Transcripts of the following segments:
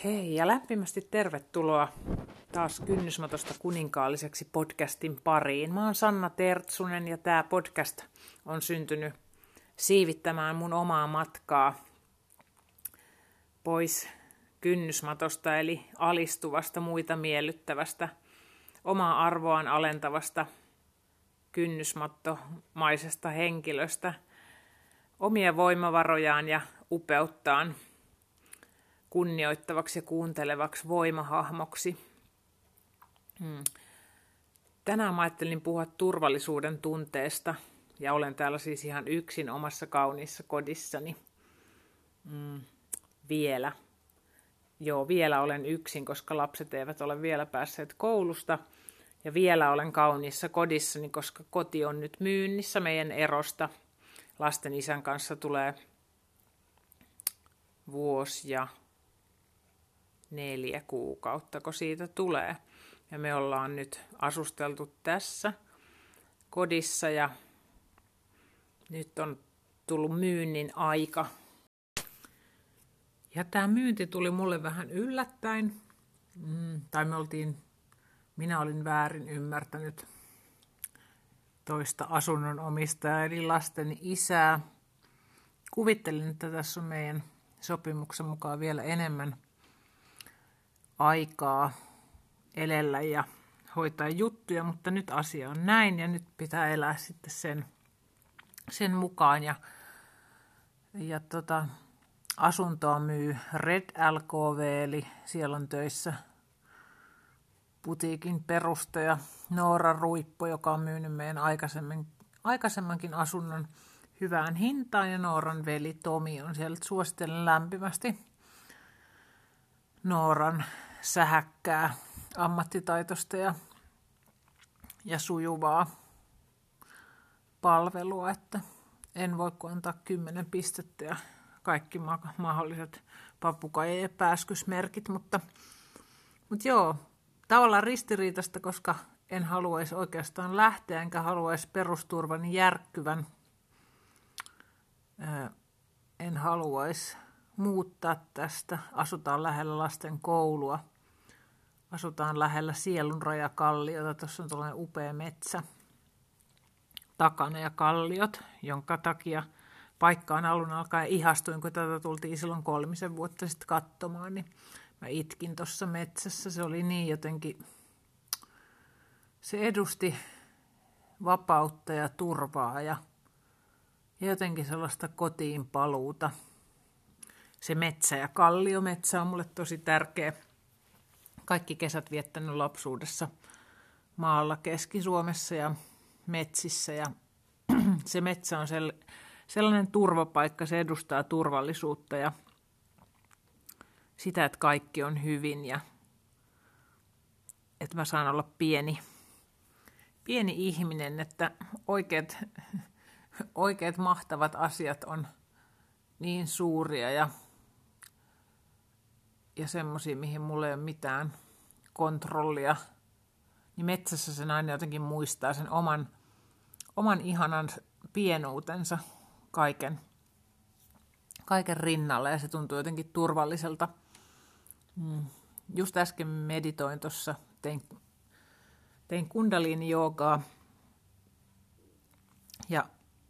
Hei ja lämpimästi tervetuloa taas Kynnysmatosta kuninkaalliseksi podcastin pariin. Mä oon Sanna Tertsunen ja tää podcast on syntynyt siivittämään mun omaa matkaa pois kynnysmatosta eli alistuvasta, muita miellyttävästä, omaa arvoaan alentavasta kynnysmattomaisesta henkilöstä omia voimavarojaan ja upeuttaan kunnioittavaksi ja kuuntelevaksi voimahahmoksi. Tänään mä ajattelin puhua turvallisuuden tunteesta ja olen täällä siis ihan yksin omassa kauniissa kodissani. Vielä. Vielä olen yksin, koska lapset eivät ole vielä päässeet koulusta. Ja vielä olen kauniissa kodissani, koska koti on nyt myynnissä meidän erosta. Lasten isän kanssa tulee vuosi ja 4 kuukautta, kun siitä tulee. Ja me ollaan nyt asusteltu tässä kodissa ja nyt on tullut myynnin aika. Ja tämä myynti tuli mulle vähän yllättäen. Minä olin väärin ymmärtänyt toista asunnon omistajaa, eli lasten isää. Kuvittelin, että tässä on meidän sopimuksen mukaan vielä enemmän aikaa elellä ja hoitaa juttuja, mutta nyt asia on näin ja nyt pitää elää sitten sen mukaan. Ja asuntoa myy Red LKV, eli siellä on töissä putiikin perustaja Noora Ruippo, joka on myynyt meidän aikaisemmankin asunnon hyvään hintaan, ja Nooran veli Tomi on siellä. Suosittelen lämpimästi Nooran sähäkkää ammattitaitoista ja sujuvaa palvelua, että en voi kuin antaa 10 pistettä ja kaikki mahdolliset papukaija- ja pääskysmerkit, mutta joo, tavallaan ristiriitaista, koska en haluaisi oikeastaan lähteä, enkä haluaisi perusturvani järkkyvän. En haluaisi muuttaa tästä. Asutaan lähellä lasten koulua. Asutaan lähellä Sielunrajakalliota. Tuossa on tuollainen upea metsä takana ja kalliot, jonka takia paikkaan alun alkaen ihastuin, kun tätä tultiin silloin 3 vuotta sitten katsomaan, niin mä itkin tuossa metsässä. Se oli niin jotenkin, se edusti vapautta ja turvaa ja jotenkin sellaista kotiin paluuta. Se metsä ja kalliometsä on mulle tosi tärkeä. Kaikki kesät viettänyt lapsuudessa maalla Keski-Suomessa ja metsissä. Ja se metsä on sellainen turvapaikka, se edustaa turvallisuutta ja sitä, että kaikki on hyvin ja että mä saan olla pieni ihminen, että oikeat mahtavat asiat on niin suuria ja semmoisia, mihin mulla ei ole mitään kontrollia, niin metsässä se aina jotenkin muistaa sen oman ihanan pienuutensa kaiken rinnalla ja se tuntuu jotenkin turvalliselta. Just äsken meditoin tuossa, tein kundaliini-joogaa ja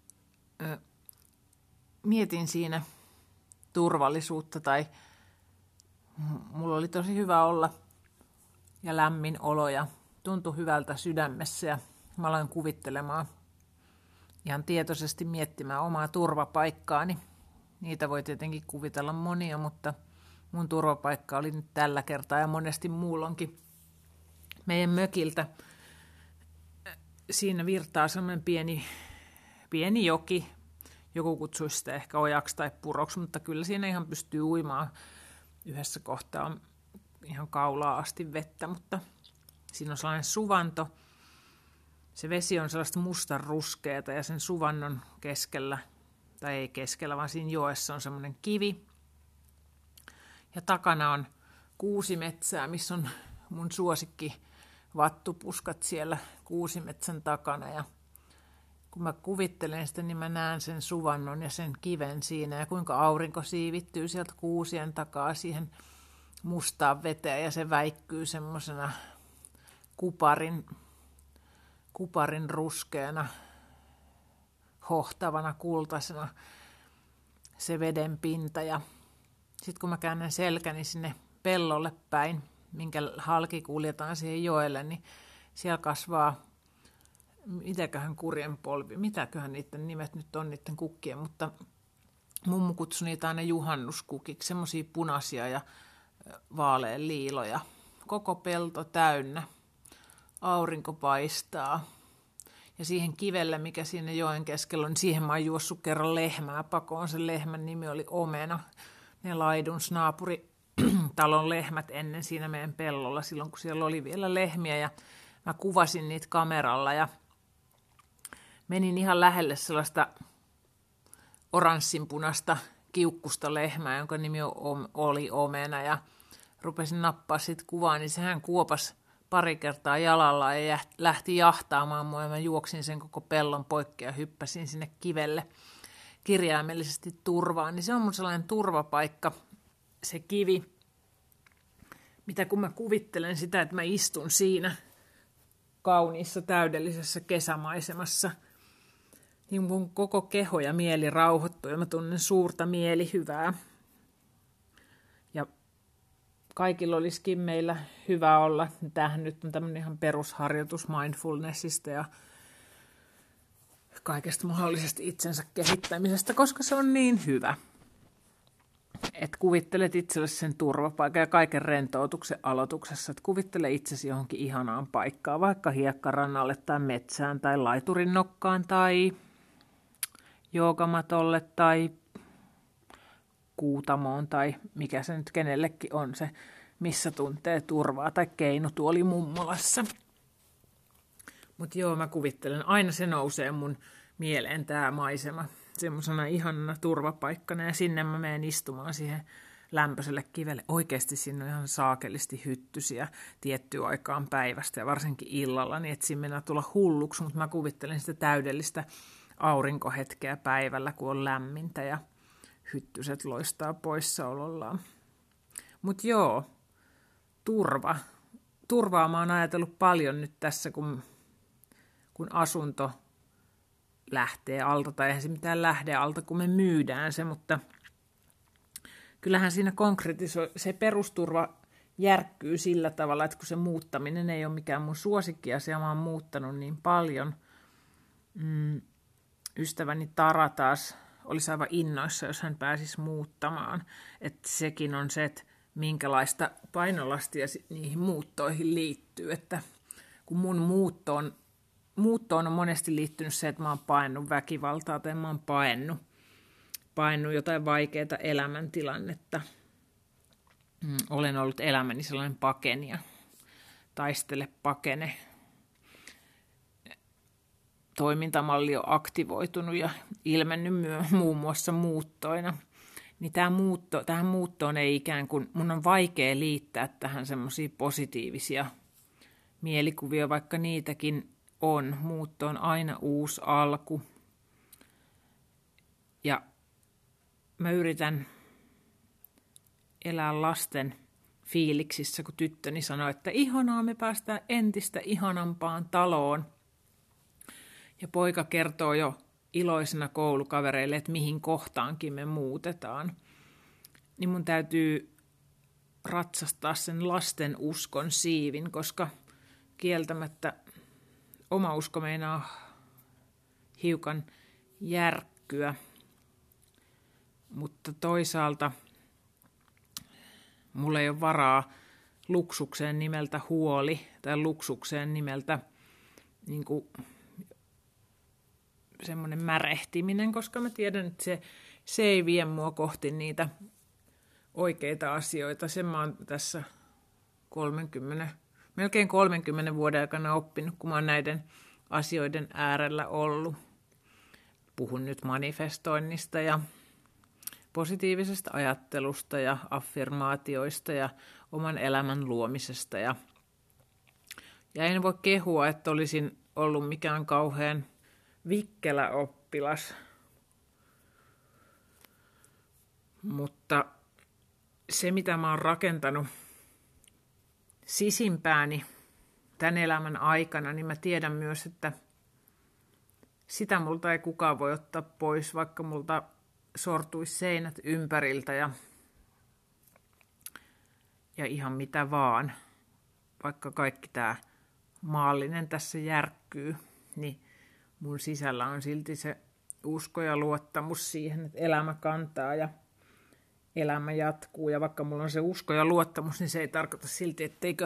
mietin siinä turvallisuutta tai mulla oli tosi hyvä olla ja lämmin olo ja tuntui hyvältä sydämessä ja mä aloin kuvittelemaan ihan tietoisesti miettimään omaa turvapaikkaani. Niitä voi tietenkin kuvitella monia, mutta mun turvapaikka oli nyt tällä kertaa ja monesti muullonkin meidän mökiltä. Siinä virtaa semmoinen pieni joki. Joku kutsuisi sitä ehkä ojaksi tai puroksi, mutta kyllä siinä ihan pystyy uimaan. Yhdessä kohtaa on ihan kaulaa asti vettä, mutta siinä on sellainen suvanto. Se vesi on sellaista mustan-ruskeata ja sen suvannon keskellä, tai ei keskellä, vaan siinä joessa on semmoinen kivi. Ja takana on kuusimetsää, missä on mun suosikki vattupuskat siellä kuusimetsän takana. Ja kun mä kuvittelen sitä, niin mä näen sen suvannon ja sen kiven siinä ja kuinka aurinko siivittyy sieltä kuusien takaa siihen mustaan veteen ja se väikkyy semmoisena kuparin ruskeana, hohtavana, kultaisena se veden pinta. Ja sitten kun mä käännän selkäni sinne pellolle päin, minkä halki kuljetaan siihen joelle, niin siellä kasvaa, mitäköhän kurjenpolvi, mitäköhän niiden nimet nyt on niiden kukkien, mutta mummu kutsui niitä aina juhannuskukiksi, semmoisia punaisia ja vaalean liiloja. Koko pelto täynnä, aurinko paistaa. Ja siihen kivelle, mikä siinä joen keskellä on, niin siihen mä oon juossut kerran lehmää pakoon. Sen lehmän nimi oli Omena. Ne laiduns naapuritalon lehmät ennen siinä meidän pellolla, silloin kun siellä oli vielä lehmiä. Ja mä kuvasin niitä kameralla ja menin ihan lähelle sellaista oranssinpunaista kiukkusta lehmää, jonka nimi oli Omena. Ja rupesin nappaa sit kuvaa, niin sehän kuopasi pari kertaa jalalla ja lähti jahtaamaan mua. Ja mä juoksin sen koko pellon poikki ja hyppäsin sinne kivelle kirjaimellisesti turvaan. Niin se on mun sellainen turvapaikka, se kivi, mitä kun mä kuvittelen sitä, että mä istun siinä kauniissa täydellisessä kesämaisemassa, niin mun koko keho ja mieli rauhoittuu ja mä tunnen suurta mielihyvää. Ja kaikilla olisikin meillä hyvä olla. Tämähän nyt on tämmöinen ihan perusharjoitus mindfulnessista ja kaikesta mahdollisesti itsensä kehittämisestä, koska se on niin hyvä. Että kuvittelet itsellesi sen turvapaikan ja kaiken rentoutuksen aloituksessa, että kuvittele itsesi johonkin ihanaan paikkaan, vaikka hiekkarannalle tai metsään tai laiturin nokkaan tai joogamatolle tai kuutamoon tai mikä se nyt kenellekin on se, missä tuntee turvaa tai keinutuoli mummolassa. Mutta joo, mä kuvittelen, aina se nousee mun mieleen tää maisema semmoisena ihanana turvapaikkana ja sinne mä menen istumaan siihen lämpöiselle kivelle. Oikeasti siinä on ihan saakelisti hyttysiä tiettyyn aikaan päivästä ja varsinkin illalla, niin etsin mennä tulla hulluksi, mutta mä kuvittelen sitä täydellistä aurinkohetkeä päivällä, kun on lämmintä ja hyttyset loistaa poissaolollaan. Mutta joo, turvaa mä oon ajatellut paljon nyt tässä, kun asunto lähtee alta, tai eihän se mitään lähde alta, kun me myydään se, mutta kyllähän siinä konkretisoi, se perusturva järkkyy sillä tavalla, että kun se muuttaminen ei ole mikään mun suosikkiasia, mä oon muuttanut niin paljon. Ystäväni Tara taas olisi aivan innoissa, jos hän pääsisi muuttamaan. Että sekin on se, että minkälaista painolastia niihin muuttoihin liittyy. Että kun mun muuttoon on monesti liittynyt se, että mä oon paennut väkivaltaa tai mä oon paennut jotain vaikeaa elämäntilannetta. Olen ollut elämäni sellainen pakenija, pakene. Toimintamalli on aktivoitunut ja ilmennyt muun muassa muuttoina. Niin tähän muuttoon ei ikään kuin, mun on vaikea liittää tähän semmoisia positiivisia mielikuvia, vaikka niitäkin on. Muutto on aina uusi alku. Ja mä yritän elää lasten fiiliksissä, kun tyttöni sanoi, että ihanaa, me päästään entistä ihanampaan taloon. Ja poika kertoo jo iloisena koulukavereille, että mihin kohtaankin me muutetaan. Niin mun täytyy ratsastaa sen lasten uskon siivin, koska kieltämättä oma usko meinaa hiukan järkkyä. Mutta toisaalta mulla ei ole varaa luksukseen nimeltä huoli tai luksukseen nimeltä niin kuin semmoinen märehtiminen, koska mä tiedän, että se ei vie mua kohti niitä oikeita asioita. Sen mä oon tässä melkein 30 vuoden aikana oppinut, kun mä oon näiden asioiden äärellä ollut. Puhun nyt manifestoinnista ja positiivisesta ajattelusta ja affirmaatioista ja oman elämän luomisesta. Ja en voi kehua, että olisin ollut mikään kauhean vikkelä oppilas, mutta se, mitä mä oon rakentanut sisimpääni tämän elämän aikana, niin mä tiedän myös, että sitä multa ei kukaan voi ottaa pois, vaikka multa sortuisi seinät ympäriltä ja ihan mitä vaan. Vaikka kaikki tämä maallinen tässä järkkyy, niin mun sisällä on silti se usko ja luottamus siihen, että elämä kantaa ja elämä jatkuu. Ja vaikka mulla on se usko ja luottamus, niin se ei tarkoita silti, ettenkö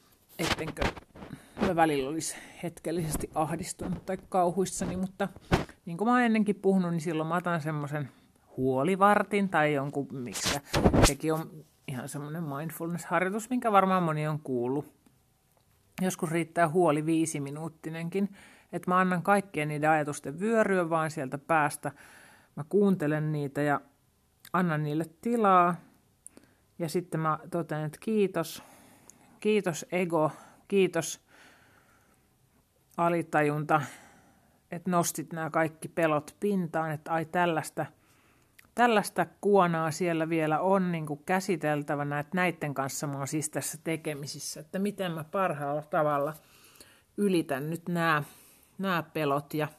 mä välillä olisi hetkellisesti ahdistunut tai kauhuissani. Mutta niin kuin mä oon ennenkin puhunut, niin silloin mä otan semmoisen huolivartin tai jonkun, miksi sekin on ihan semmoinen mindfulness-harjoitus, minkä varmaan moni on kuullut. Joskus riittää huoli 5-minuuttinenkin, että mä annan kaikkien niiden ajatusten vyöryä vaan sieltä päästä. Mä kuuntelen niitä ja annan niille tilaa. Ja sitten mä totean, että kiitos ego, kiitos alitajunta, että nostit nämä kaikki pelot pintaan, että ai tällaista kuonaa siellä vielä on niin kuin käsiteltävänä, että näiden kanssa mä oon siis tässä tekemisissä, että miten mä parhaalla tavalla ylitän nyt nämä pelot ja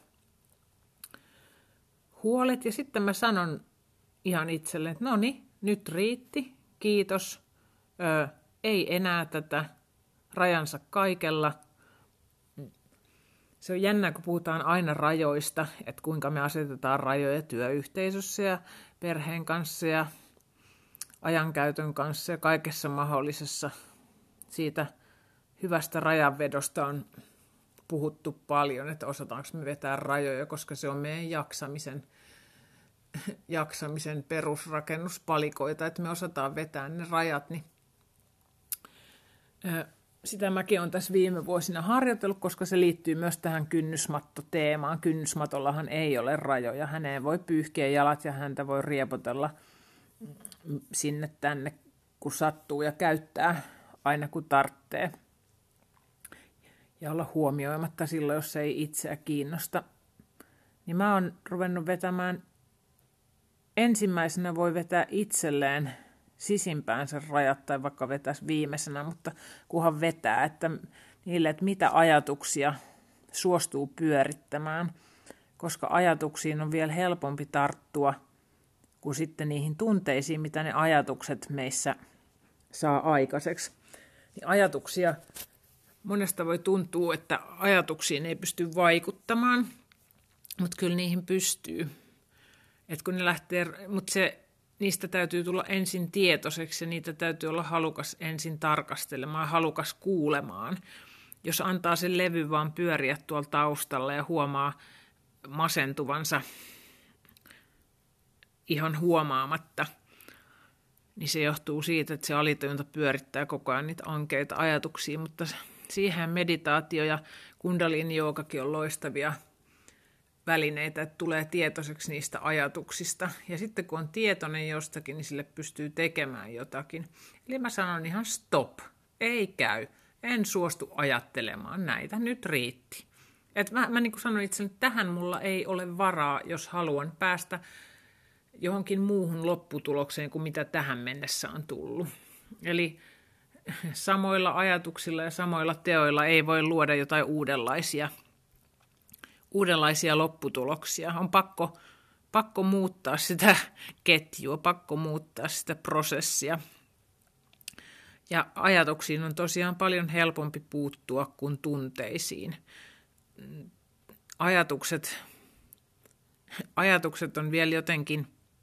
huolet. Ja sitten mä sanon ihan itselleni, että no niin, nyt riitti, kiitos, ei enää tätä, rajansa kaikella. Se on jännää, kun puhutaan aina rajoista, että kuinka me asetetaan rajoja työyhteisössä ja perheen kanssa ja ajankäytön kanssa ja kaikessa mahdollisessa. Siitä hyvästä rajanvedosta on puhuttu paljon, että osataanko me vetää rajoja, koska se on meidän jaksamisen perusrakennuspalikoita, että me osataan vetää ne rajat. Niin sitä mäkin olen tässä viime vuosina harjoitellut, koska se liittyy myös tähän kynnysmattoteemaan. Kynnysmatollahan ei ole rajoja. Häneen voi pyyhkiä jalat ja häntä voi riepotella sinne tänne, kun sattuu ja käyttää aina kun tarvitsee. Ja olla huomioimatta silloin, jos ei itseä kiinnosta. Niin mä oon ruvennut vetämään, ensimmäisenä voi vetää itselleen sisimpäänsä rajat tai vaikka vetäisi viimeisenä, mutta kunhan vetää, että niille, että mitä ajatuksia suostuu pyörittämään, koska ajatuksiin on vielä helpompi tarttua kuin sitten niihin tunteisiin, mitä ne ajatukset meissä saa aikaiseksi. Niin ajatuksia, monesta voi tuntua, että ajatuksiin ei pysty vaikuttamaan, mutta kyllä niihin pystyy. Et kun ne lähtee, mutta niistä täytyy tulla ensin tietoiseksi ja niitä täytyy olla halukas ensin tarkastelemaan, halukas kuulemaan. Jos antaa sen levy vaan pyöriä tuolla taustalla ja huomaa masentuvansa ihan huomaamatta, niin se johtuu siitä, että se alitajunta pyörittää koko ajan niitä ankeita ajatuksia, mutta siihen meditaatio ja kundalini-joogakin on loistavia välineitä, että tulee tietoiseksi niistä ajatuksista. Ja sitten kun on tietoinen jostakin, niin sille pystyy tekemään jotakin. Eli mä sanon ihan stop, ei käy, en suostu ajattelemaan näitä, nyt riitti. Et mä niin kuin sanoin itselleni, että tähän mulla ei ole varaa, jos haluan päästä johonkin muuhun lopputulokseen kuin mitä tähän mennessä on tullut. Eli samoilla ajatuksilla ja samoilla teoilla ei voi luoda jotain uudenlaisia lopputuloksia. On pakko muuttaa sitä ketjua, pakko muuttaa sitä prosessia. Ja ajatuksiin on tosiaan paljon helpompi puuttua kuin tunteisiin. Ajatukset on vielä jotenkin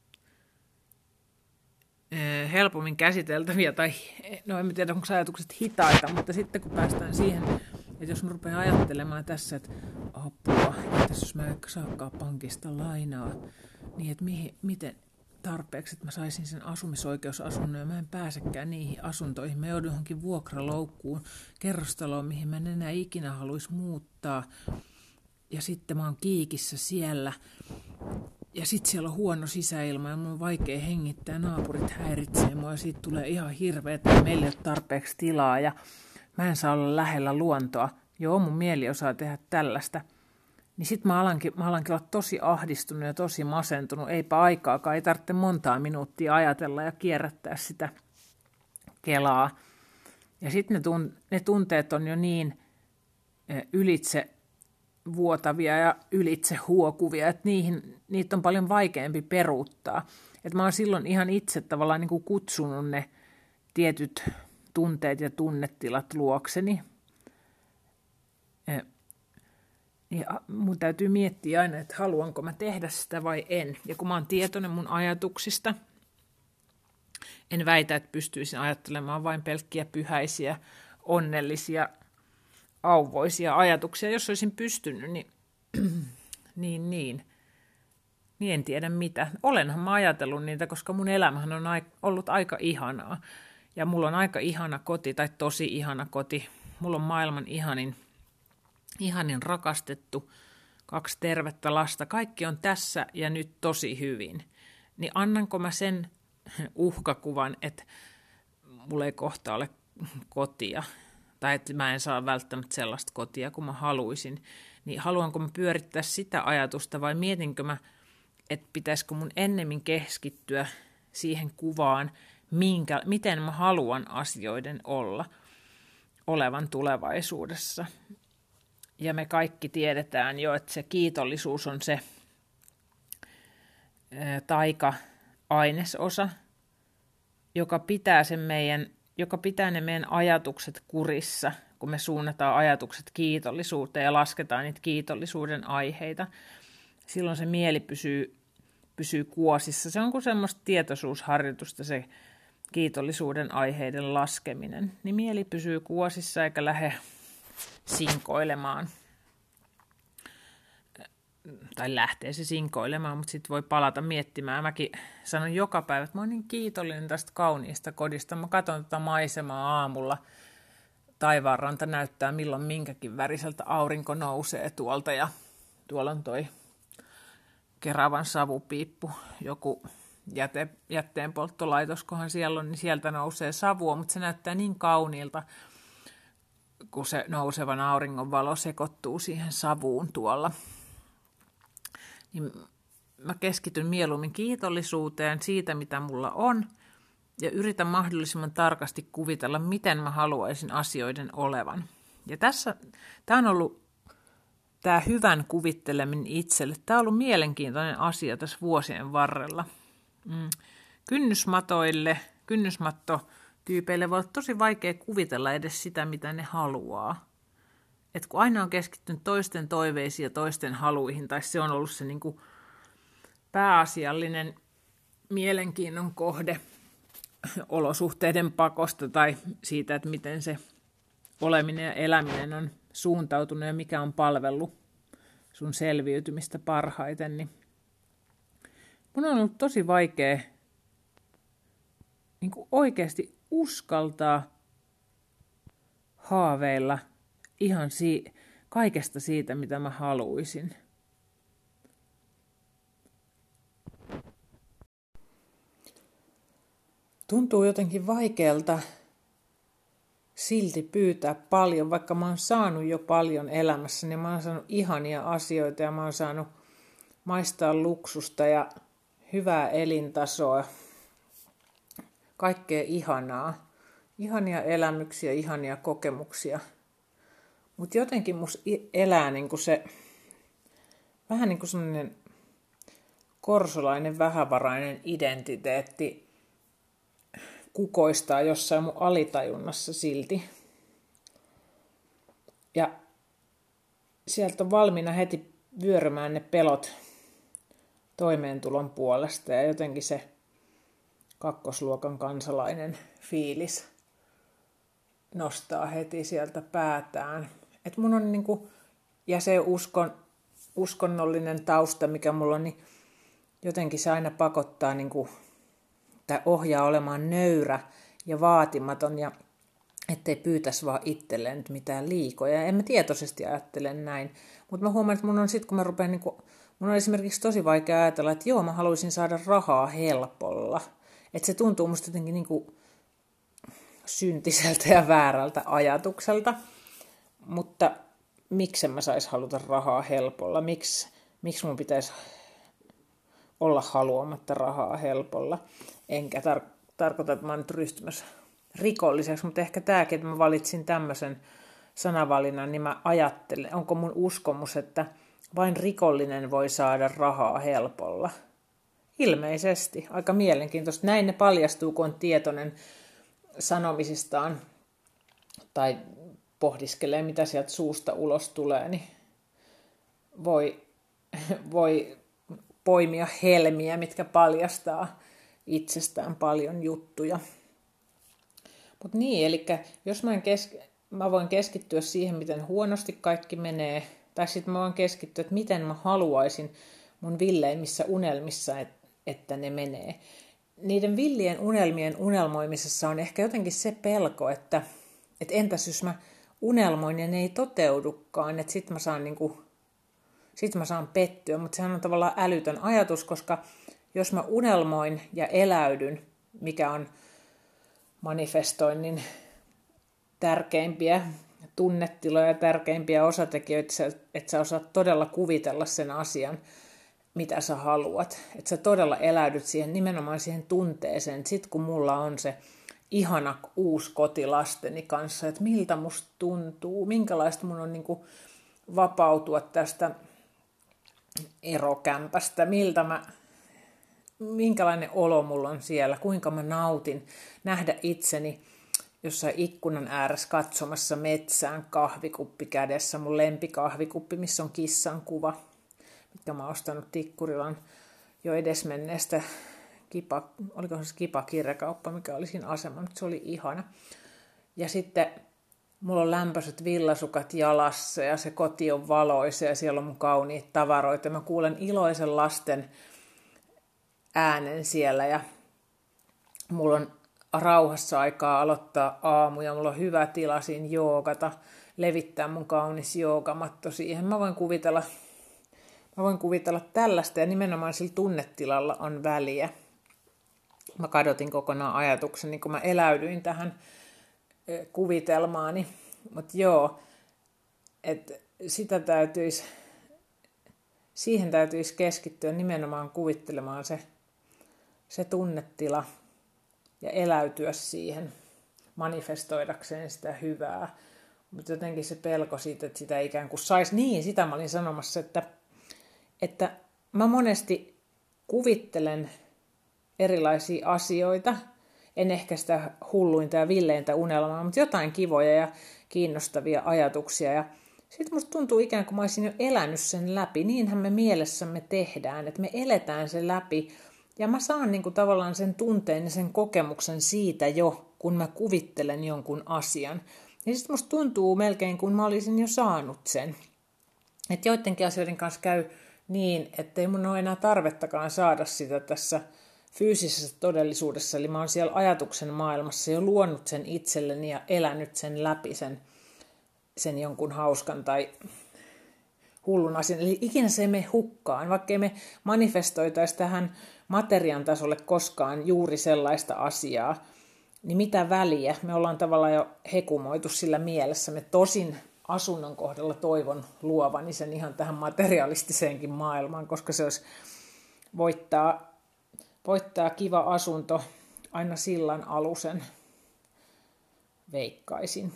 helpommin käsiteltäviä, tai no en tiedä, onko ajatukset hitaita, mutta sitten kun päästään siihen, että jos mä rupean ajattelemaan tässä, että apua, entäs jos mä en saakaan pankista lainaa, niin että miten tarpeeksi, että mä saisin sen asumisoikeusasunnon ja mä en pääsekään niihin asuntoihin. Mä joudun johonkin vuokraloukkuun, kerrostaloon, mihin mä en enää ikinä haluaisi muuttaa. Ja sitten mä oon kiikissä siellä. Ja sitten siellä on huono sisäilma ja mun on vaikea hengittää, naapurit häiritsee mua ja siitä tulee ihan hirveä, että meillä ei ole tarpeeksi tilaa ja mä en saa olla lähellä luontoa. Joo, mun mieli osaa tehdä tällaista. Niin sit mä alankin olla tosi ahdistunut ja tosi masentunut. Eipä aikaakaan, ei tarvitse montaa minuuttia ajatella ja kierrättää sitä kelaa. Ja sitten ne tunteet on jo niin ylitse vuotavia ja ylitse huokuvia, että niitä on paljon vaikeampi peruuttaa. Että mä oon silloin ihan itse tavallaan niin kuin kutsunut ne tietyt tunteet ja tunnetilat luokseni. Ja mun täytyy miettiä aina, että haluanko mä tehdä sitä vai en. Ja kun mä oon tietoinen mun ajatuksista, en väitä, että pystyisin ajattelemaan vain pelkkiä pyhäisiä, onnellisia, auvoisia ajatuksia. Jos olisin pystynyt, niin en tiedä mitä. Olenhan mä ajatellut niitä, koska mun elämähän on ollut aika ihanaa. Ja mulla on aika ihana koti, tai tosi ihana koti. Mulla on maailman ihanin rakastettu, 2 tervettä lasta. Kaikki on tässä ja nyt tosi hyvin. Niin annanko mä sen uhkakuvan, että mulla ei kohta ole kotia, tai että mä en saa välttämättä sellaista kotia kuin mä haluaisin, niin haluanko mä pyörittää sitä ajatusta vai mietinkö mä, että pitäisikö mun ennemmin keskittyä siihen kuvaan, miten mä haluan asioiden olevan tulevaisuudessa. Ja me kaikki tiedetään jo, että se kiitollisuus on se taika-ainesosa, joka pitää ne meidän ajatukset kurissa, kun me suunnataan ajatukset kiitollisuuteen ja lasketaan niitä kiitollisuuden aiheita. Silloin se mieli pysyy kuosissa. Se on kuin semmoista tietoisuusharjoitusta se kiitollisuuden aiheiden laskeminen. Niin mieli pysyy kuosissa eikä lähde sinkoilemaan. Tai lähtee se sinkoilemaan, mutta sitten voi palata miettimään. Mäkin sanon joka päivä, että mä oon niin kiitollinen tästä kauniista kodista. Mä katson tätä maisemaa aamulla. Taivaanranta näyttää milloin minkäkin väriseltä aurinko nousee tuolta. Ja tuolla on toi Keravan savupiippu, joku jätteenpolttolaitos, kohan siellä on, niin sieltä nousee savua. Mutta se näyttää niin kauniilta, kun se nousevan auringon valo sekoittuu siihen savuun tuolla. Niin mä keskityn mieluummin kiitollisuuteen siitä, mitä mulla on, ja yritän mahdollisimman tarkasti kuvitella, miten mä haluaisin asioiden olevan. Ja tämä on ollut tämä hyvän kuvitteleminen itselle. Tämä on ollut mielenkiintoinen asia tässä vuosien varrella. Kynnysmattotyypeille voi olla tosi vaikea kuvitella edes sitä, mitä ne haluaa. Et kun aina on keskittynyt toisten toiveisiin ja toisten haluihin, tai se on ollut se niin kuin pääasiallinen mielenkiinnon kohde olosuhteiden pakosta tai siitä, että miten se oleminen ja eläminen on suuntautunut ja mikä on palvellut sun selviytymistä parhaiten, niin mun on ollut tosi vaikea niin kuin oikeasti uskaltaa haaveilla ihan kaikesta siitä, mitä mä haluaisin. Tuntuu jotenkin vaikealta silti pyytää paljon, vaikka mä oon saanut jo paljon elämässä, niin mä oon saanut ihania asioita ja mä oon saanut maistaa luksusta ja hyvää elintasoa, kaikkea ihanaa, ihania elämyksiä, ihania kokemuksia. Mutta jotenkin musta elää niinku se, vähän niin kuin semmoinen korsolainen, vähävarainen identiteetti kukoistaa jossain mun alitajunnassa silti. Ja sieltä on valmiina heti vyörymään ne pelot toimeentulon puolesta ja jotenkin se kakkosluokan kansalainen fiilis nostaa heti sieltä päätään. Et mun on niinku, ja se uskonnollinen tausta, mikä mulla on, niin jotenkin se aina pakottaa niinku, tai ohjaa olemaan nöyrä ja vaatimaton, ja ettei pyytäisi vaan itselleen nyt mitään liikoja. En mä tietoisesti ajattele näin, mutta mä huomaan, että mun on sit, kun mä rupean, niinku, mun on esimerkiksi tosi vaikea ajatella, että joo, mä haluaisin saada rahaa helpolla. Että se tuntuu musta jotenkin niinku syntiseltä ja väärältä ajatukselta. Mutta miksi mä sais haluta rahaa helpolla? Miksi mun pitäisi olla haluamatta rahaa helpolla? Enkä tarkoita, että mä oon nyt ryhtymässä rikolliseksi, mutta ehkä tämäkin, että mä valitsin tämmöisen sanavalinnan, niin mä ajattelen, onko mun uskomus, että vain rikollinen voi saada rahaa helpolla. Ilmeisesti. Aika mielenkiintoista. Näin ne paljastuu, kun on tietoinen sanomisistaan tai pohdiskelee, mitä sieltä suusta ulos tulee, niin voi poimia helmiä, mitkä paljastaa itsestään paljon juttuja. Mutta niin, eli jos mä voin keskittyä siihen, miten huonosti kaikki menee, tai sitten mä voin keskittyä, että miten mä haluaisin mun villeimmissä unelmissa, että ne menee. Niiden villien unelmien unelmoimisessa on ehkä jotenkin se pelko, että entäs jos mä unelmoin ja ne ei toteudukaan, että sit mä saan pettyä, mutta sehän on tavallaan älytön ajatus, koska jos mä unelmoin ja eläydyn, mikä on manifestoinnin tärkeimpiä tunnetiloja ja tärkeimpiä osatekijöitä, että sä osaat todella kuvitella sen asian, mitä sä haluat. Että sä todella eläydyt siihen, nimenomaan siihen tunteeseen. Sitten kun mulla on se ihana uusi koti lasteni kanssa, että miltä musta tuntuu, minkälaista mun on niinku vapautua tästä erokämpästä, minkälainen olo mulla on siellä, kuinka mä nautin nähdä itseni jossain ikkunan ääressä katsomassa metsään, kahvikuppi kädessä, mun lempikahvikuppi, missä on kissan kuva, mitkä mä oon ostanut Tikkurilan jo edesmenneestä oliko se Kipa-kirjakauppa, mikä oli siinä asemalla, mutta se oli ihana. Ja sitten mulla on lämpöiset villasukat jalassa ja se koti on valoisa ja siellä on mun kauniit tavaroita. Mä kuulen iloisen lasten äänen siellä ja mulla on rauhassa aikaa aloittaa aamu ja mulla on hyvä tila siinä joogata, levittää mun kaunis joogamatto siihen. Mä voin kuvitella tällaista ja nimenomaan sillä tunnetilalla on väliä. Mä kadotin kokonaan ajatukseni, kun mä eläydyin tähän kuvitelmaani. Mutta joo, että siihen täytyisi keskittyä nimenomaan kuvittelemaan se tunnetila ja eläytyä siihen manifestoidakseen sitä hyvää. Mutta jotenkin se pelko siitä, että sitä ikään kuin saisi. Niin, sitä mä olin sanomassa, että mä monesti kuvittelen erilaisia asioita. En ehkä sitä hulluinta ja villeintä unelmaa, mutta jotain kivoja ja kiinnostavia ajatuksia. Ja sitten musta tuntuu ikään kuin mä olisin jo elänyt sen läpi. Niinhän me mielessämme tehdään, että me eletään sen läpi. Ja mä saan niin kuin tavallaan sen tunteen ja sen kokemuksen siitä jo, kun mä kuvittelen jonkun asian. Ja sitten musta tuntuu melkein, kun mä olisin jo saanut sen. Että joidenkin asioiden kanssa käy niin, että ei mun ole enää tarvettakaan saada sitä tässä fyysisessä todellisuudessa. Eli mä oon siellä ajatuksen maailmassa jo luonut sen itselleni ja elänyt sen läpi sen jonkun hauskan tai hullun asian. Eli ikinä se ei mene hukkaan, vaikka ei me manifestoitaisi tähän materian tasolle koskaan juuri sellaista asiaa, niin mitä väliä? Me ollaan tavallaan jo hekumoitu sillä mielessämme. Tosin asunnon kohdalla toivon luovani sen ihan tähän materialistiseenkin maailmaan, koska se olisi voittaa kiva asunto aina sillan alusen, veikkaisin.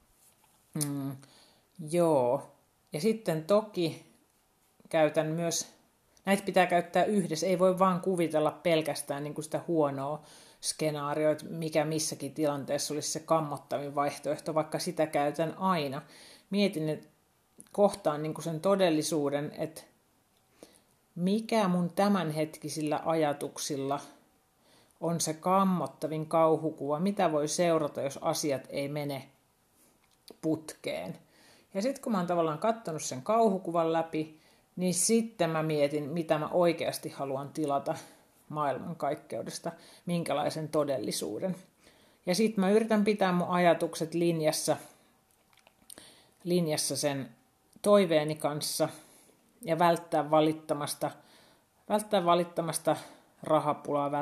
Joo. Ja sitten toki käytän myös, näitä pitää käyttää yhdessä, ei voi vaan kuvitella pelkästään niin kuin sitä huonoa skenaarioa, että mikä missäkin tilanteessa olisi se kammottavin vaihtoehto, vaikka sitä käytän aina. Mietin, että kohtaan niin kuin sen todellisuuden, että mikä mun tämänhetkisillä ajatuksilla on se kammottavin kauhukuva, mitä voi seurata, jos asiat ei mene putkeen. Ja sitten kun mä oon tavallaan katsonut sen kauhukuvan läpi, niin sitten mä mietin, mitä mä oikeasti haluan tilata maailmankaikkeudesta, minkälaisen todellisuuden. Ja sitten mä yritän pitää mun ajatukset linjassa sen toiveeni kanssa ja välttää valittamasta rahapulaa,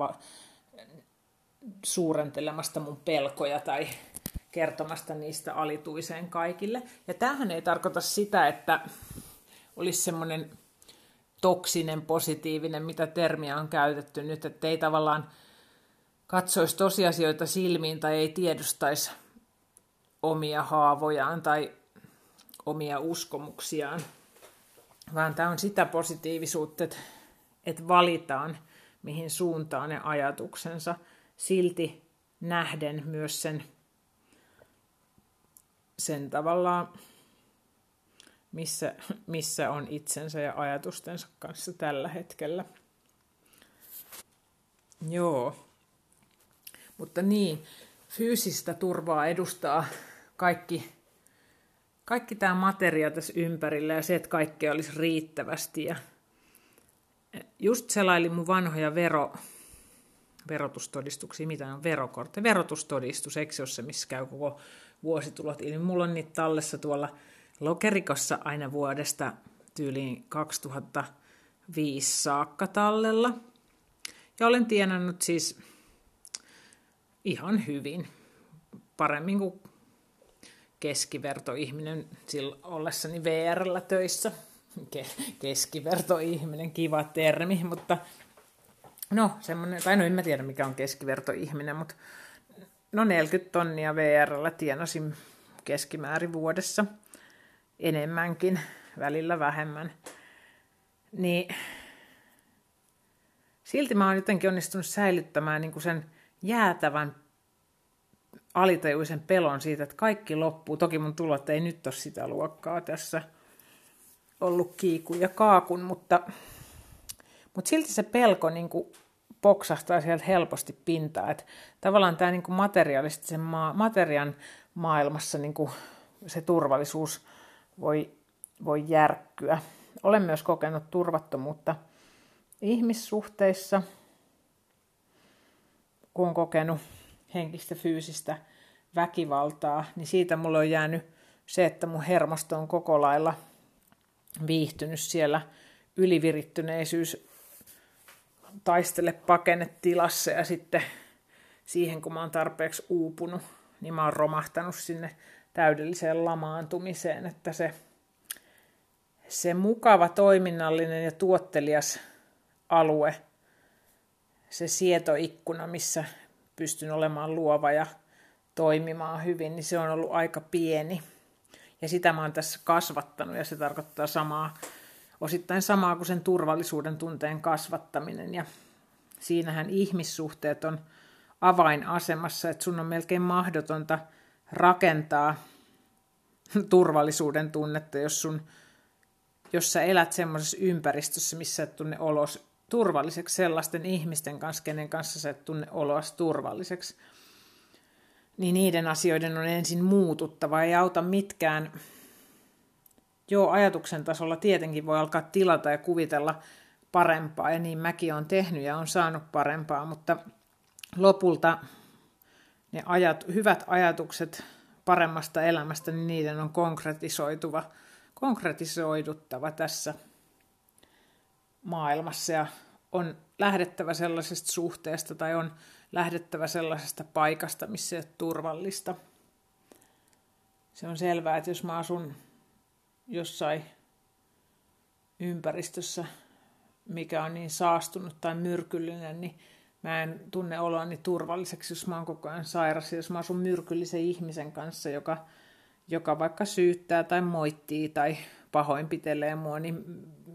suurentelemasta mun pelkoja tai kertomasta niistä alituiseen kaikille. Ja tämähän ei tarkoita sitä, että olisi semmoinen toksinen, positiivinen, mitä termiä on käytetty nyt, että ei tavallaan katsoisi tosiasioita silmiin tai ei tiedostaisi omia haavojaan tai omia uskomuksiaan, vaan tämä on sitä positiivisuutta, että valitaan, mihin suuntaan ne ajatuksensa, silti nähden myös sen tavallaan, missä on itsensä ja ajatustensa kanssa tällä hetkellä. Joo, mutta niin, fyysistä turvaa edustaa kaikki tämä materia tässä ympärillä ja se, että kaikkea olisi riittävästi. Ja just selailin mun vanhoja verotustodistuksia, mitä on verokortti, verotustodistus, eikö se ole se, missä käy koko vuositulot ilmi. Mulla on niitä tallessa tuolla lokerikossa aina vuodesta tyyliin 2005 saakka tallella. Ja olen tienannut siis ihan hyvin, paremmin kuin keskivertoihminen ollessani VR:llä töissä. Keskivertoihminen, kiva termi, mutta no semmoinen, tai no en mä tiedä mikä on keskivertoihminen, mutta no 40 tonnia VR:llä tienasin keskimäärin vuodessa, enemmänkin, välillä vähemmän. Niin silti mä oon jotenkin onnistunut säilyttämään niin kuin sen jäätävän alitajuisen pelon siitä, että kaikki loppuu. Toki mun tulot ei nyt ole sitä luokkaa tässä ollut kiikun ja kaakun, mutta silti se pelko niin kuin poksahtaa sieltä helposti pintaan. Että tavallaan tämä niin kuin materialistisen materian maailmassa niin kuin se turvallisuus voi järkkyä. Olen myös kokenut turvattomuutta ihmissuhteissa, kun on kokenut henkistä fyysistä väkivaltaa, niin siitä mulle on jäänyt se, että mun hermosto on koko lailla viihtynyt siellä ylivirittyneisyys taistele pakenetilassa ja sitten siihen, kun mä oon tarpeeksi uupunut, niin mä oon romahtanut sinne täydelliseen lamaantumiseen, että se mukava, toiminnallinen ja tuottelias alue, se sietoikkuna, missä pystyn olemaan luova ja toimimaan hyvin, niin se on ollut aika pieni. Ja sitä mä oon tässä kasvattanut, ja se tarkoittaa osittain samaa kuin sen turvallisuuden tunteen kasvattaminen. Ja siinähän ihmissuhteet on avainasemassa, että sun on melkein mahdotonta rakentaa turvallisuuden tunnetta, jos sä elät semmoisessa ympäristössä, missä et tunne olos turvalliseksi sellaisten ihmisten kanssa, kenen kanssa sä et tunne oloas turvalliseksi. Niin niiden asioiden on ensin muututtava. Ei auta mitkään. Joo, ajatuksen tasolla tietenkin voi alkaa tilata ja kuvitella parempaa, ja niin mäkin olen tehnyt ja olen saanut parempaa, mutta lopulta ne hyvät ajatukset paremmasta elämästä, niin niiden on konkretisoiduttava tässä maailmassa ja on lähdettävä sellaisesta suhteesta tai on lähdettävä sellaisesta paikasta, missä ei ole turvallista. Se on selvää, että jos mä asun jossain ympäristössä, mikä on niin saastunut tai myrkyllinen, niin mä en tunne oloani turvalliseksi, jos mä oon koko ajan sairas. Ja jos mä asun myrkyllisen ihmisen kanssa, joka vaikka syyttää tai moittii tai pahoinpitelee mua, niin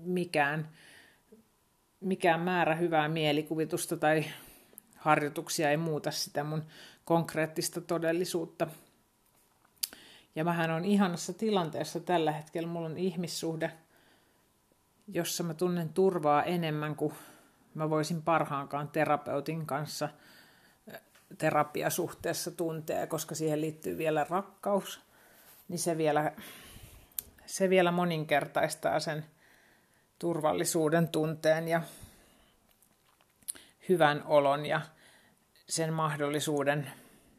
mikään määrä hyvää mielikuvitusta tai harjoituksia ei muuta sitä mun konkreettista todellisuutta. Ja mähän on ihanassa tilanteessa tällä hetkellä. Mulla on ihmissuhde, jossa mä tunnen turvaa enemmän kuin mä voisin parhaankaan terapeutin kanssa terapiasuhteessa tuntea, koska siihen liittyy vielä rakkaus, niin se vielä moninkertaistaa sen turvallisuuden tunteen ja hyvän olon ja sen mahdollisuuden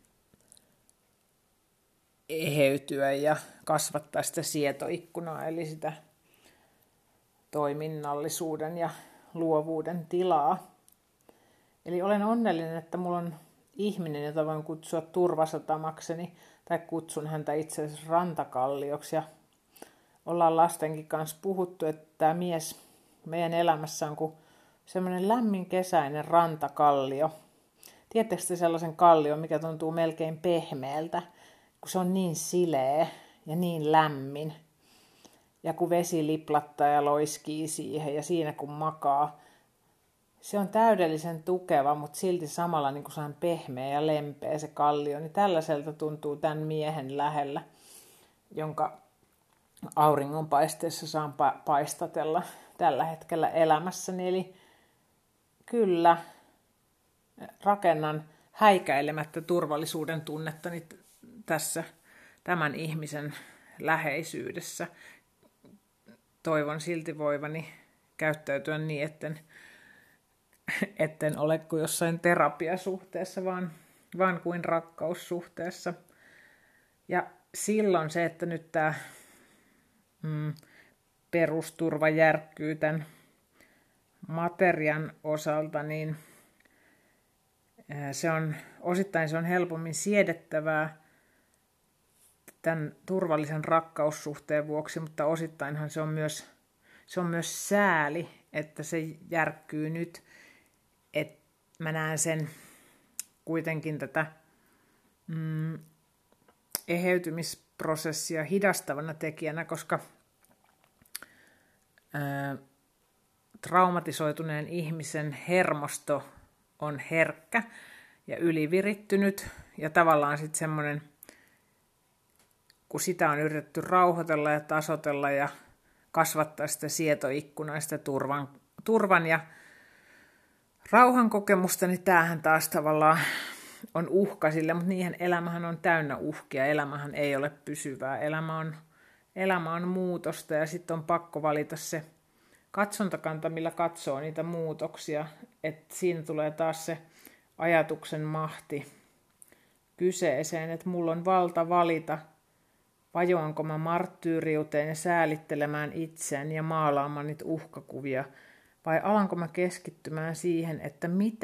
eheytyä ja kasvattaa sitä sietoikkunaa, eli sitä toiminnallisuuden ja luovuuden tilaa. Eli olen onnellinen, että mulla on ihminen, jota voin kutsua turvasatamakseni, tai kutsun häntä itse asiassa rantakallioksi. Ja ollaan lastenkin kanssa puhuttu, että tämä mies meidän elämässä on kuin semmoinen lämmin kesäinen rantakallio. Tiedättekö te sellaisen kallion, mikä tuntuu melkein pehmeältä, kun se on niin sileä ja niin lämmin. Ja kun vesi liplattaa ja loiskii siihen ja siinä kun makaa, se on täydellisen tukeva, mutta silti samalla niin kuin se on pehmeä ja lempeä se kallio. Niin tällaiselta tuntuu tämän miehen lähellä, jonka auringonpaisteessa saan paistatella tällä hetkellä elämässäni. Eli kyllä rakennan häikäilemättä turvallisuuden tunnettani tässä tämän ihmisen läheisyydessä. Toivon silti voivani käyttäytyä niin, etten ole kuin jossain terapiasuhteessa, vaan kuin rakkaussuhteessa. Ja silloin se, että nyt tämä perusturva järkkyy tämän materian osalta, niin osittain se on helpommin siedettävää tämän turvallisen rakkaussuhteen vuoksi, mutta osittainhan se on myös sääli, että se järkkyy nyt, että mä näen sen kuitenkin tätä eheytymisprosessia hidastavana tekijänä, koska traumatisoituneen ihmisen hermosto on herkkä ja ylivirittynyt ja tavallaan sitten semmoinen, kun sitä on yritetty rauhoitella ja tasoitella ja kasvattaa sitä sietoikkunaa, sitä turvan ja rauhan kokemusta, niin tämähän taas tavallaan on uhka sille, mutta niinhän elämähän on täynnä uhkia. Elämähän ei ole pysyvää. Elämä on muutosta ja sitten on pakko valita se katsontakanta, millä katsoo niitä muutoksia. Että siinä tulee taas se ajatuksen mahti kyseeseen, että mulla on valta valita, vajoanko mä marttyyriuteen ja säälittelemään itseäni ja maalaamaan niitä uhkakuvia, vai alanko mä keskittymään siihen, että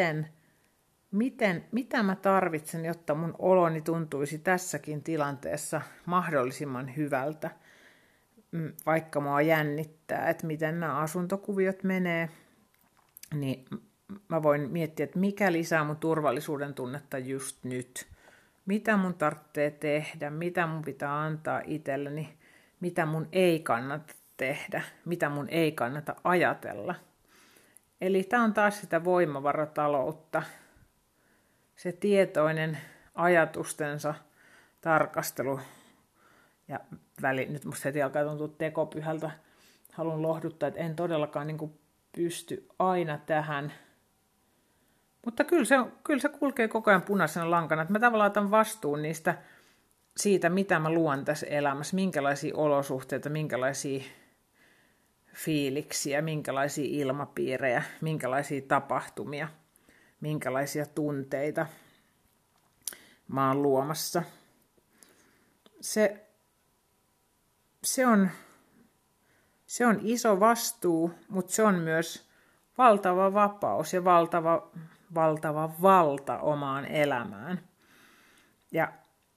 mitä mä tarvitsen, jotta mun oloni tuntuisi tässäkin tilanteessa mahdollisimman hyvältä, vaikka mua jännittää, että miten nämä asuntokuviot menee, niin mä voin miettiä, että mikä lisää mun turvallisuuden tunnetta just nyt. Mitä mun tarvitsee tehdä, mitä mun pitää antaa itselleni, mitä mun ei kannata tehdä, mitä mun ei kannata ajatella. Eli tämä on taas sitä voimavarataloutta, se tietoinen ajatustensa tarkastelu. Ja nyt musta heti alkaa tuntua tekopyhältä. Haluan lohduttaa, että en todellakaan pysty aina tähän. Mutta kyllä se kulkee koko ajan punaisena lankana. Että mä tavallaan otan vastuun siitä, mitä mä luon tässä elämässä, minkälaisia olosuhteita, minkälaisia fiiliksiä, minkälaisia ilmapiirejä, minkälaisia tapahtumia, minkälaisia tunteita mä oon luomassa. Se on iso vastuu, mutta se on myös valtava vapaus ja valtava valta omaan elämään. Ja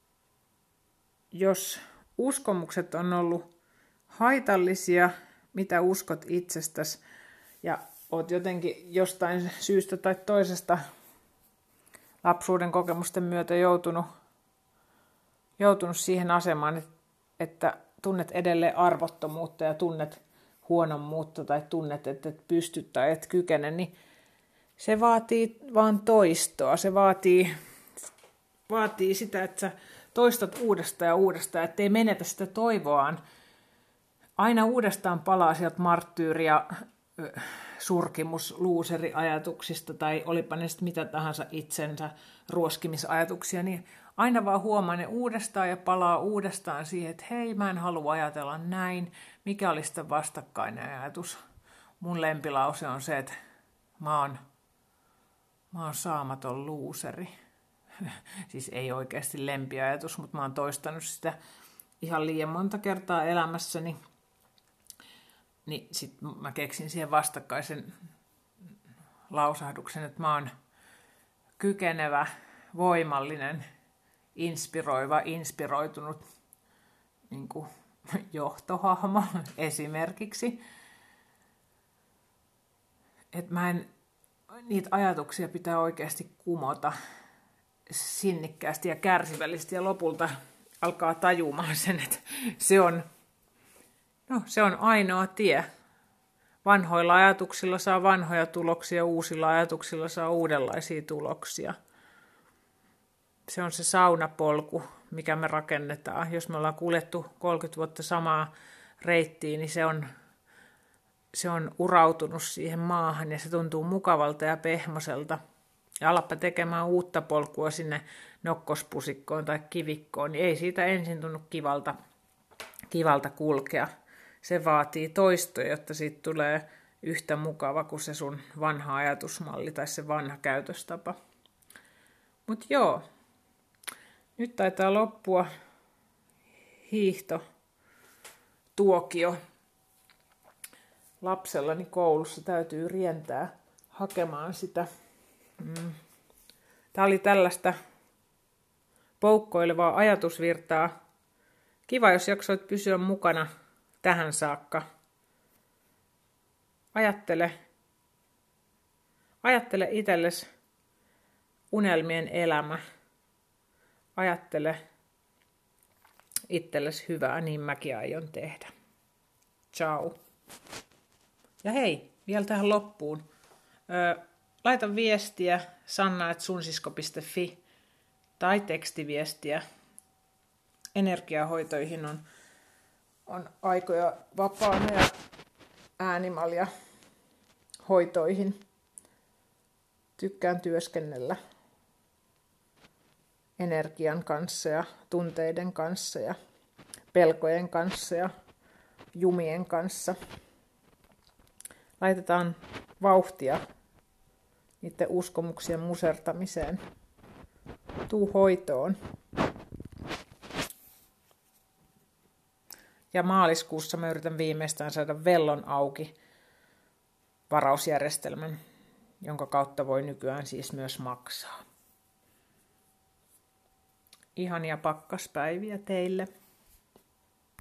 jos uskomukset on ollut haitallisia, mitä uskot itsestäsi, ja oot jotenkin jostain syystä tai toisesta lapsuuden kokemusten myötä joutunut siihen asemaan, että tunnet edelleen arvottomuutta ja tunnet huonommuutta tai tunnet, että et pysty tai et kykene, niin se vaatii vaan toistoa. Se vaatii sitä, että sä toistat uudestaan ja uudestaan, ettei menetä sitä toivoaan. Aina uudestaan palaa sieltä marttyyriä, surkimus, luuseriajatuksista tai olipa ne sitten mitä tahansa itsensä ruoskimisajatuksia, niin aina vaan huomaa ne uudestaan ja palaa uudestaan siihen, että hei, mä en halua ajatella näin. Mikä olisi sitten vastakkainen ajatus? Mun lempilause on se, että mä oon saamaton luuseri. Siis ei oikeasti lempiajatus, mutta mä oon toistanut sitä ihan liian monta kertaa elämässäni. Niin sit mä keksin siihen vastakkaisen lausahduksen, että mä oon kykenevä, voimallinen, inspiroitunut niin kuin johtohahmo esimerkiksi. Että niitä ajatuksia pitää oikeasti kumota sinnikkäästi ja kärsivällisesti ja lopulta alkaa tajumaan sen, että se on ainoa tie. Vanhoilla ajatuksilla saa vanhoja tuloksia, uusilla ajatuksilla saa uudenlaisia tuloksia. Se on se saunapolku, mikä me rakennetaan. Jos me ollaan kuljettu 30 vuotta samaa reittiä, niin se on urautunut siihen maahan ja se tuntuu mukavalta ja pehmoselta. Ja alappa tekemään uutta polkua sinne nokkospusikkoon tai kivikkoon, niin ei siitä ensin tunnu kivalta kulkea. Se vaatii toistoja, jotta siitä tulee yhtä mukava kuin se sun vanha ajatusmalli tai se vanha käytöstapa. Mut joo, nyt taitaa loppua hiihtotuokio. Lapsellani koulussa täytyy rientää hakemaan sitä. Tämä oli tällaista poukkoilevaa ajatusvirtaa. Kiva, jos jaksoit pysyä mukana tähän saakka. Ajattele itsellesi unelmien elämä. Ajattele itsellesi hyvää, niin mäkin aion tehdä. Ciao. Ja hei, vielä tähän loppuun. Laita viestiä sanna@sunsisko.fi tai tekstiviestiä. Energiahoitoihin on aikoja vapaana ja äänimalja hoitoihin. Tykkään työskennellä energian kanssa ja tunteiden kanssa ja pelkojen kanssa ja jumien kanssa. Laitetaan vauhtia niiden uskomuksien musertamiseen. Tuu hoitoon. Ja maaliskuussa mä yritän viimeistään saada Vellon auki varausjärjestelmän, jonka kautta voi nykyään siis myös maksaa. Ihania pakkaspäiviä teille.